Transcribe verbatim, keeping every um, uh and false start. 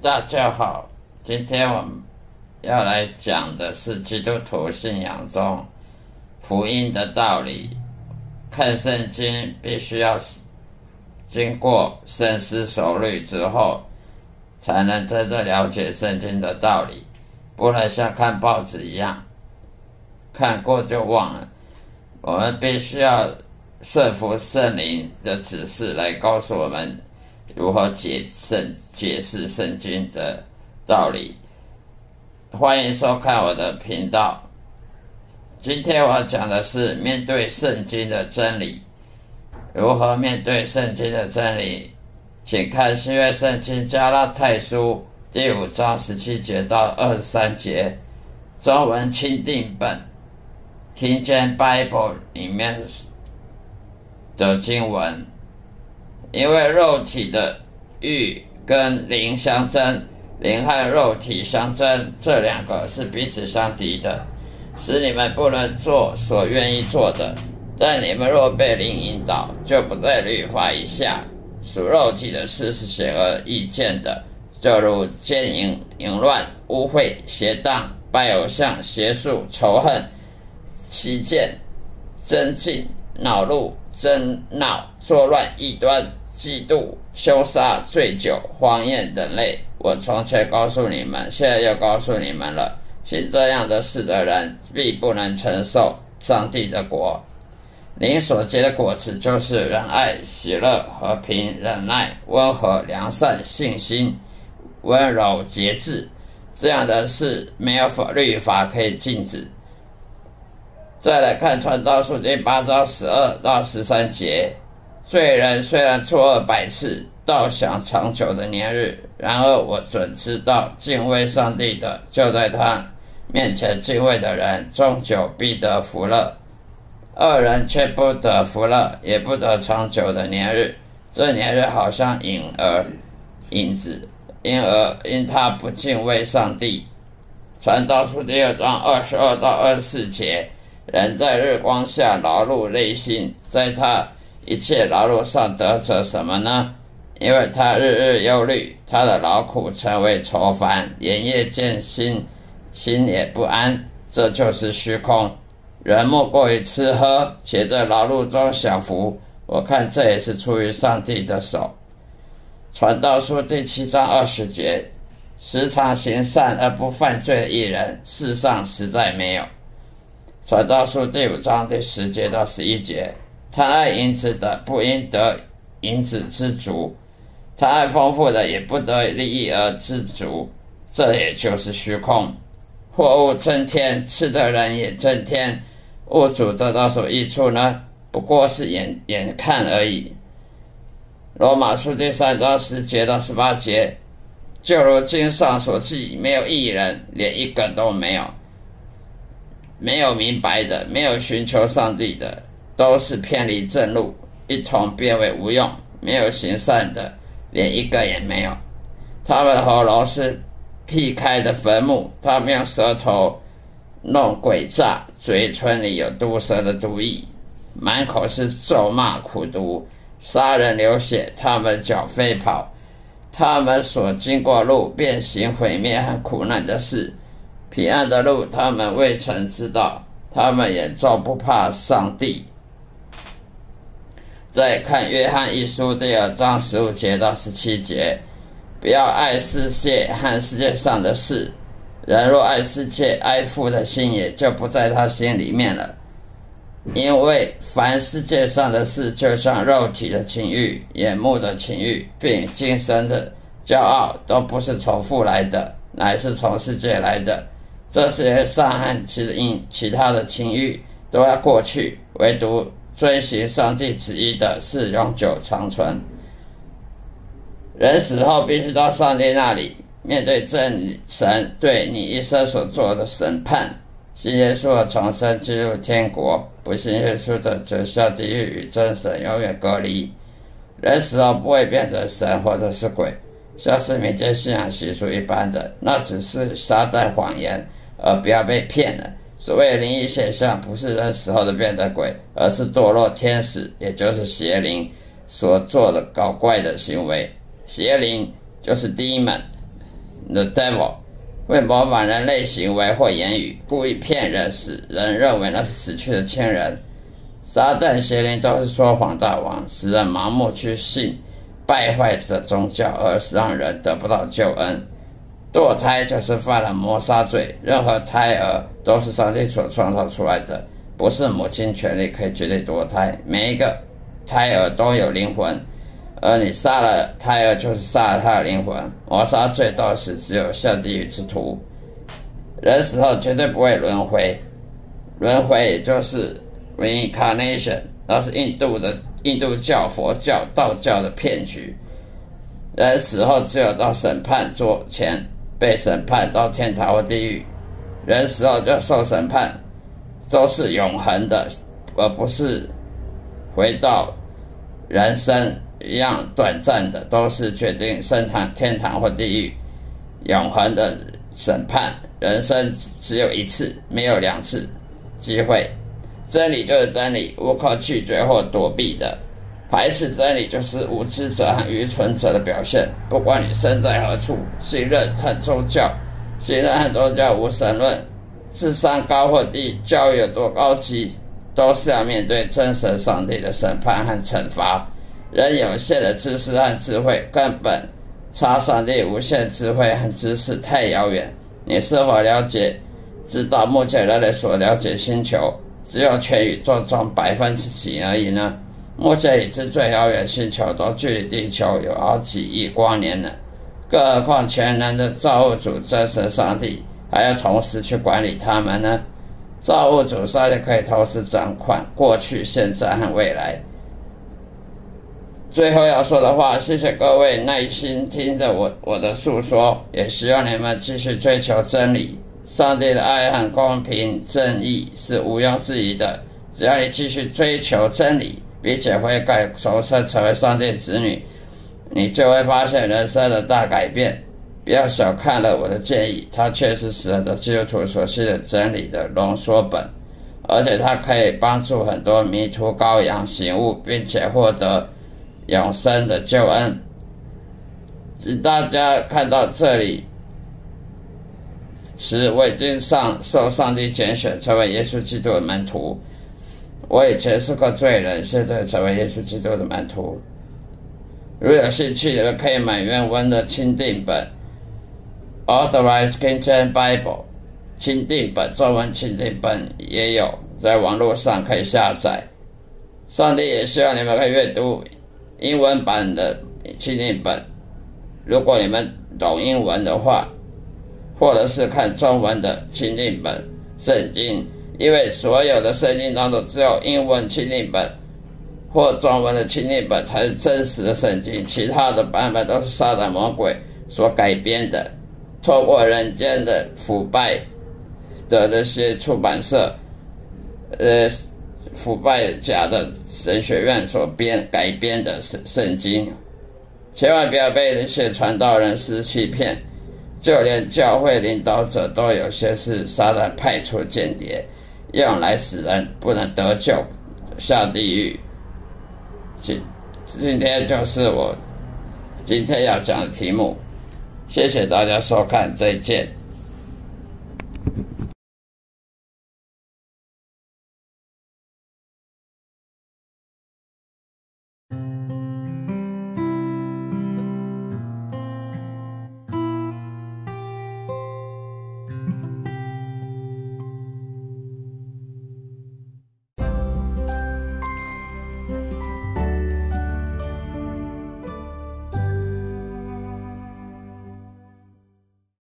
大家好，今天我们要来讲的是基督徒信仰中福音的道理。看圣经必须要经过深思熟虑之后，才能真正了解圣经的道理，不能像看报纸一样，看过就忘了。我们必须要顺服圣灵的指示，来告诉我们如何解圣解释圣经的道理。欢迎收看我的频道。今天我要讲的是面对圣经的真理。如何面对圣经的真理？请看新约圣经加拉太书第五章十七节到二十三节，中文钦定本 King James Bible 里面的经文。因为肉体的欲跟灵相争，灵和肉体相争，这两个是彼此相敌的，使你们不能做所愿意做的。但你们若被灵引导，就不在律法以下。属肉体的事是显而易见的，就如奸淫、淫乱、污秽、邪荡、拜偶像、邪术、仇恨、欺骗、争竞、恼怒、争闹、作乱、异端、嫉妒、凶杀、醉酒、荒宴等类。我从前告诉你们，现在又告诉你们了。行这样的事的人，必不能承受上帝的国。灵所结的果子，就是仁爱、喜乐、和平、忍耐、温和、良善、信心、温柔、节制。这样的事，没有律法可以禁止。再来看传道书第八章十二到十三节，罪人虽然作恶百次，倒享长久的年日，然而我准知道，敬畏上帝的，就在他面前敬畏的人，终久必得福乐。恶人却不得福乐，也不得长久的年日。这年日好像影儿影子，因而因他不敬畏上帝。传道书第二章二十二到二十四节，人在日光下劳碌累心，在他一切劳碌上得着什么呢？因为他日日忧虑，他的劳苦成为愁烦，连夜见心，心也不安。这就是虚空。人莫过于吃喝，且在劳碌中享福，我看这也是出于上帝的手。传道书第七章二十节，时常行善而不犯罪的义人，世上实在没有。传道书第五章第十节到十一节，贪爱银子的，不应得银子知足；贪爱丰富的，也不得利益而知足。这也就是虚空。货物增添，吃的人也增添，物主得到什么益处呢？不过是眼眼看而已。罗马书第三章十节到十八节，就如经上所记，没有义人，连一个都没有。没有明白的，没有寻求上帝的，都是偏离正路，一同变为无用。没有行善的，连一个也没有。他们的喉咙是劈开的坟墓，他们用舌头弄诡诈，嘴唇里有毒蛇的毒液，满口是咒骂苦毒，杀人流血，他们脚飞跑，他们所经过路便行毁灭和苦难的事，平安的路他们未曾知道，他们也终不怕上帝。再看约翰一书第二章十五节到十七节，不要爱世界和世界上的事，人若爱世界，爱父的心也就不在他心里面了。因为凡世界上的事，就像肉体的情欲、眼目的情欲，并今生的骄傲，都不是从父来的，乃是从世界来的。这世界上和其其他的情欲都要过去，唯独遵行上帝旨意的是永久长存。人死后必须到上帝那里，面对真神对你一生所做的审判。信耶稣的重生进入天国，不信耶稣的则下地狱，与真神永远隔离。人死后不会变成神或者是鬼，像是民间信仰习俗一般的，那只是撒旦谎言，而不要被骗了。所谓灵异现象，不是人死后的变得鬼，而是堕落天使，也就是邪灵所做的搞怪的行为。邪灵就是 demon， The Devil 会模仿人类行为或言语，故意骗人，使人认为那是死去的亲人。撒旦邪灵都是说谎大王，使人盲目去信败坏的宗教，而让人得不到救恩。堕胎就是犯了谋杀罪，任何胎儿都是上帝所创造出来的，不是母亲权利可以决定堕胎。每一个胎儿都有灵魂，而你杀了胎儿就是杀了他的灵魂。谋杀罪到死只有下地狱之途。人死后绝对不会轮回，轮回也就是 reincarnation， 那是印度的印度教、佛教、道教的骗局。人死后只有到审判桌前被审判到天堂或地狱，人死后就受审判，都是永恒的，而不是回到人生一样短暂的，都是决定升堂天堂或地狱，永恒的审判。人生只有一次，没有两次机会。真理就是真理，无可拒绝或躲避的。排斥真理就是无知者和愚蠢者的表现。不管你身在何处，信任和宗教，信任和宗教无神论，智商高或低，教育有多高级，都是要面对真神上帝的审判和惩罚。人有限的知识和智慧，根本差上帝无限智慧和知识太遥远。你是否了解知道目前人类所了解星球只有全宇宙中百分之几而已呢？目前已知最遥远星球都距离地球有好几亿光年了，更何况全能的造物主真神上帝还要同时去管理他们呢？造物主上帝可以同时掌管过去、现在和未来。最后要说的话，谢谢各位耐心听着我我的诉说，也希望你们继续追求真理。上帝的爱和公平正义是毋庸置疑的，只要你继续追求真理，并且悔改重生成为上帝子女，你就会发现人生的大改变。不要小看了我的建议，它确实是很多基督徒所信的真理的浓缩本，而且它可以帮助很多迷途羔羊醒悟，并且获得永生的救恩。请大家看到这里时，我已经上受上帝拣选成为耶稣基督的门徒。我以前是个罪人，现在成为耶稣基督的门徒。如有兴趣，你们可以买原文的钦定本 Authorized King James Bible 钦定本，中文钦定本也有，在网络上可以下载。上帝也希望你们可以阅读英文版的钦定本，如果你们懂英文的话，或者是看中文的钦定本圣经，因为所有的圣经当中只有英文钦定本或中文的钦定本才是真实的圣经，其他的版本都是撒旦魔鬼所改编的，透过人间的腐败的那些出版社呃腐败假的神学院所编改编的圣经。千万不要被那些传道人士欺骗，就连教会领导者都有些是撒旦派出间谍，用来使人不能得救，下地狱。今今天就是我今天要讲的题目，谢谢大家收看，再见。